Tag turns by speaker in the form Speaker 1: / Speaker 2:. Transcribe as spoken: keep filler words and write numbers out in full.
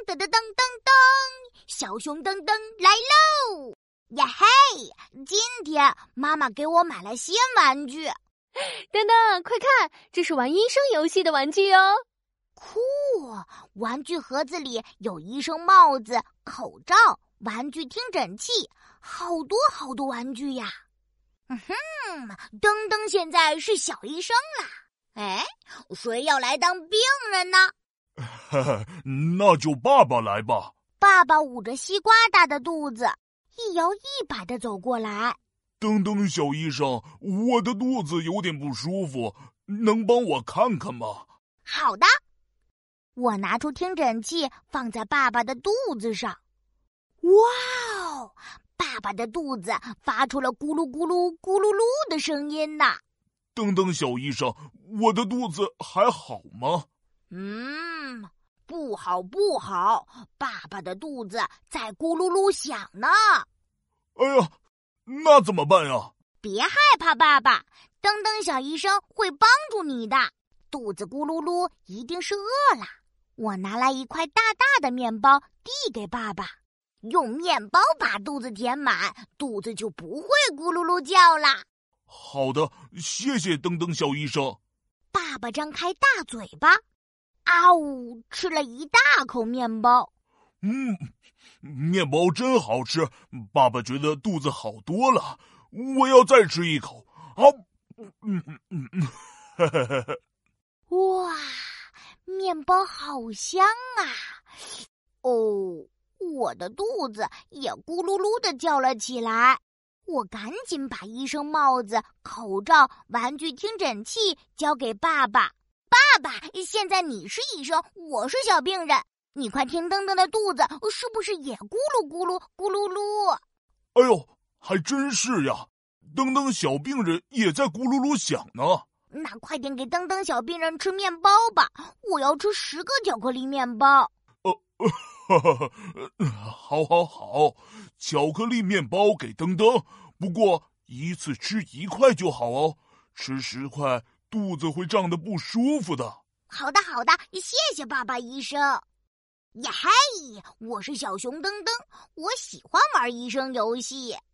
Speaker 1: 噔噔噔噔噔，小熊噔噔来喽！呀嘿，今天妈妈给我买了新玩具。
Speaker 2: 噔噔，快看，这是玩医生游戏的玩具哦。
Speaker 1: 酷！玩具盒子里有医生帽子、口罩、玩具听诊器，好多好多玩具呀！嗯哼，噔噔现在是小医生啦。哎，谁要来当病人呢？
Speaker 3: 呵呵，那就爸爸来吧。
Speaker 1: 爸爸捂着西瓜大的肚子，一摇一摆地走过来。
Speaker 3: 噔噔小医生，我的肚子有点不舒服，能帮我看看吗？
Speaker 1: 好的。我拿出听诊器放在爸爸的肚子上。哇哦，爸爸的肚子发出了咕噜咕噜咕噜噜的声音呢。
Speaker 3: 噔噔小医生，我的肚子还好吗？
Speaker 1: 嗯，不好不好，爸爸的肚子在咕噜噜响呢。
Speaker 3: 哎呀，那怎么办呀？
Speaker 1: 别害怕，爸爸，噔噔小医生会帮助你的。肚子咕噜噜一定是饿了。我拿来一块大大的面包递给爸爸，用面包把肚子填满，肚子就不会咕噜噜叫啦。
Speaker 3: 好的，谢谢噔噔小医生。
Speaker 1: 爸爸张开大嘴巴，啊呜，吃了一大口面包。
Speaker 3: 嗯，面包真好吃，爸爸觉得肚子好多了，我要再吃一口。好，嗯嗯嗯嗯，呵呵呵呵。
Speaker 1: 哇，面包好香啊！哦，我的肚子也咕噜噜地叫了起来。我赶紧把医生帽子、口罩、玩具听诊器交给爸爸。爸爸，现在你是医生，我是小病人，你快听噔噔的肚子是不是也咕噜咕噜咕噜噜？
Speaker 3: 哎呦，还真是呀！噔噔小病人也在咕噜噜响呢。
Speaker 1: 那快点给噔噔小病人吃面包吧，我要吃十个巧克力面包。
Speaker 3: 呃，哈哈，好好好，巧克力面包给噔噔，不过一次吃一块就好哦，吃十块肚子会胀得不舒服的。
Speaker 1: 好的好的，谢谢爸爸医生。呀嘿，我是小熊噔噔，我喜欢玩医生游戏。